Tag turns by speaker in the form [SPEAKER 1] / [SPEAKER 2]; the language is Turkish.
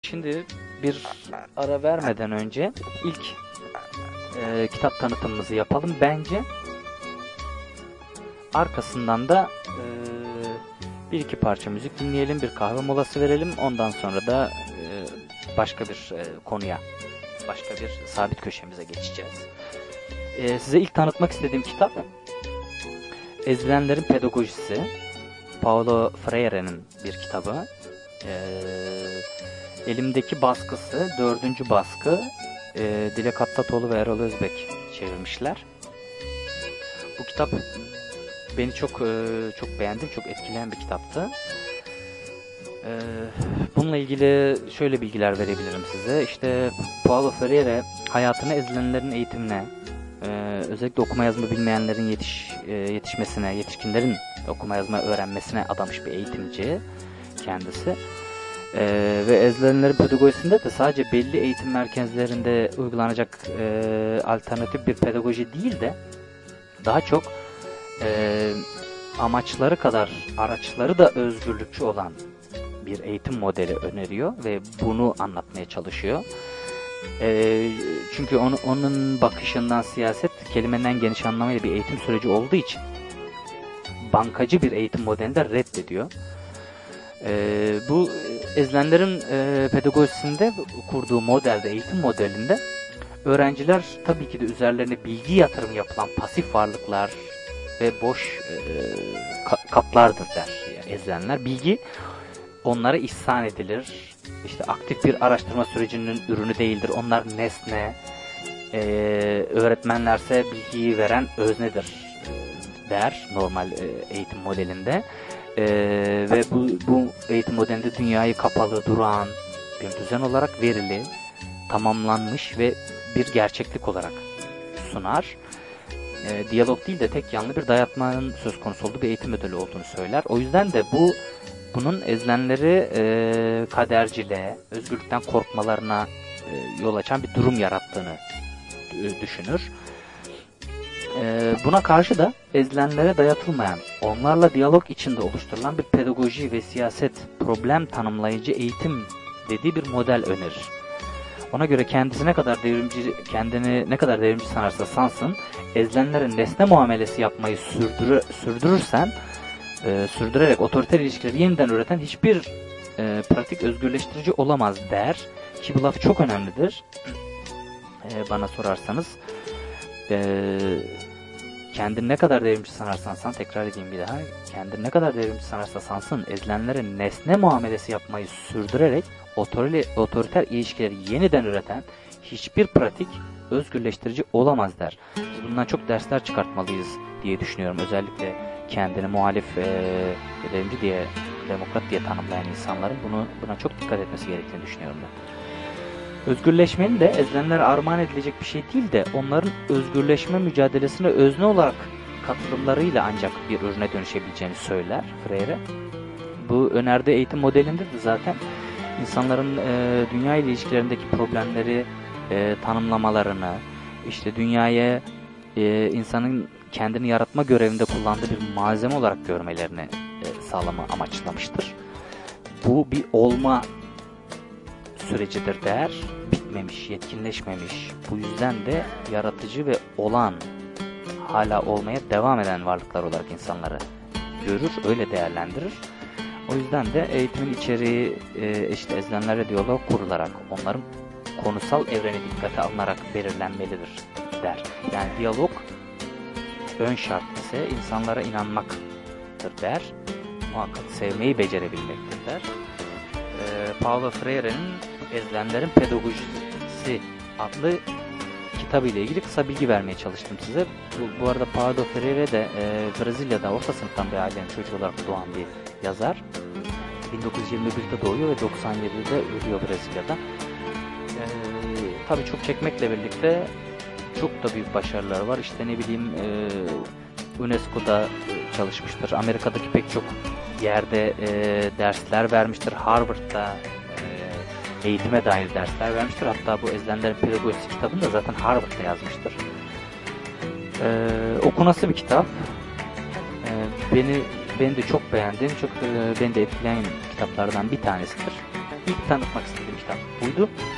[SPEAKER 1] Şimdi bir ara vermeden önce ilk kitap tanıtımımızı yapalım bence. Arkasından da bir iki parça müzik dinleyelim, bir kahve molası verelim. Ondan sonra da başka bir konuya, başka bir sabit köşemize geçeceğiz. Size ilk tanıtmak istediğim kitap Ezilenlerin Pedagojisi. Paulo Freire'nin bir kitabı. Elimdeki baskısı 4. baskı. Dilek Attatoğlu ve Erol Özbek çevirmişler. Bu kitap beni çok beğendim, çok etkileyen bir kitaptı. Bununla ilgili şöyle bilgiler verebilirim size. İşte Paulo Freire hayatını ezilenlerin eğitimine, özellikle okuma yazma bilmeyenlerin yetişmesine, yetişkinlerin okuma yazma öğrenmesine adamış bir eğitimci kendisi. Ve ezilenlerin pedagojisinde de sadece belli eğitim merkezlerinde uygulanacak alternatif bir pedagoji değil de daha çok amaçları kadar araçları da özgürlükçü olan bir eğitim modeli öneriyor ve bunu anlatmaya çalışıyor. Çünkü onun bakışından siyaset kelimenin en geniş anlamıyla bir eğitim süreci olduğu için bankacı bir eğitim modelini de reddediyor. Bu ezilenlerin pedagojisinde kurduğu modelde, eğitim modelinde öğrenciler tabii ki de üzerlerine bilgi yatırımı yapılan pasif varlıklar ve boş kaplardır der yani ezilenler. Bilgi onlara ihsan edilir. İşte aktif bir araştırma sürecinin ürünü değildir. Onlar nesne. Öğretmenlerse bilgiyi veren öznedir der normal eğitim modelinde. Ve bu eğitim modelinde dünyayı kapalı, durağan bir düzen olarak verili, tamamlanmış ve bir gerçeklik olarak sunar. Diyalog değil de tek yanlı bir dayatmanın söz konusu olduğu bir eğitim modeli olduğunu söyler. O yüzden de bunun ezilenleri kaderciliğe, özgürlükten korkmalarına yol açan bir durum yarattığını düşünür. Buna karşı da ezilenlere dayatılmayan, onlarla diyalog içinde oluşturulan bir pedagoji ve siyaset, problem tanımlayıcı eğitim dediği bir model önerir. Ona göre kendini ne kadar devrimci sanarsa sansın, ezilenlere nesne muamelesi yapmayı sürdürerek otoriter ilişkileri yeniden üreten hiçbir pratik özgürleştirici olamaz der. Ki bu laf çok önemlidir. Bana sorarsanız. Kendini ne kadar devrimci sanarsan san, tekrar edeyim bir daha. Kendini ne kadar devrimci sanarsa sansın, ezilenlere nesne muamelesi yapmayı sürdürerek otoriter ilişkileri yeniden üreten hiçbir pratik özgürleştirici olamaz der. Biz bundan çok dersler çıkartmalıyız diye düşünüyorum. Özellikle kendini muhalif, devrimci diye, demokrat diye tanımlayan insanların buna çok dikkat etmesi gerektiğini düşünüyorum ben. Özgürleşmenin de ezilenlere armağan edilecek bir şey değil de onların özgürleşme mücadelesine özne olarak katılımlarıyla ancak bir ürüne dönüşebileceğini söyler Freire. Bu önerdiği eğitim modelinde de zaten insanların dünya ile ilişkilerindeki problemleri tanımlamalarını, işte dünyaya insanın kendini yaratma görevinde kullandığı bir malzeme olarak görmelerini sağlama amaçlamıştır. Bu bir olma sürecidir der. Bitmemiş, yetkinleşmemiş. Bu yüzden de yaratıcı ve olan, hala olmaya devam eden varlıklar olarak insanları görür, öyle değerlendirir. O yüzden de eğitimin içeriği işte ezilenlerle diyalog kurularak, onların konusal evreni dikkate alınarak belirlenmelidir der. Yani diyalog ön şart ise insanlara inanmaktır der. Muhakkak sevmeyi becerebilmektir der. Paulo Freire'nin Ezilenlerin Pedagojisi adlı kitabı ile ilgili kısa bilgi vermeye çalıştım size. Bu arada Paulo Freire de Brezilya'da orta sınıftan bir ailenin çocuğu olarak doğan bir yazar. 1921'de doğuyor ve 97'de ölüyor Brezilya'da. Tabii çok çekmekle birlikte çok da büyük başarıları var. İşte ne bileyim UNESCO'da çalışmıştır. Amerika'daki pek çok yerde dersler vermiştir. Harvard'da eğitime dair dersler vermiştir. Hatta bu Ezilenlerin Pedagojisi kitabını da zaten Harvard'da yazmıştır. Okunası bir kitap. Beni de çok beğendiğim, çok beni de etkileyen kitaplardan bir tanesidir. İlk tanıtmak istediğim kitap buydu.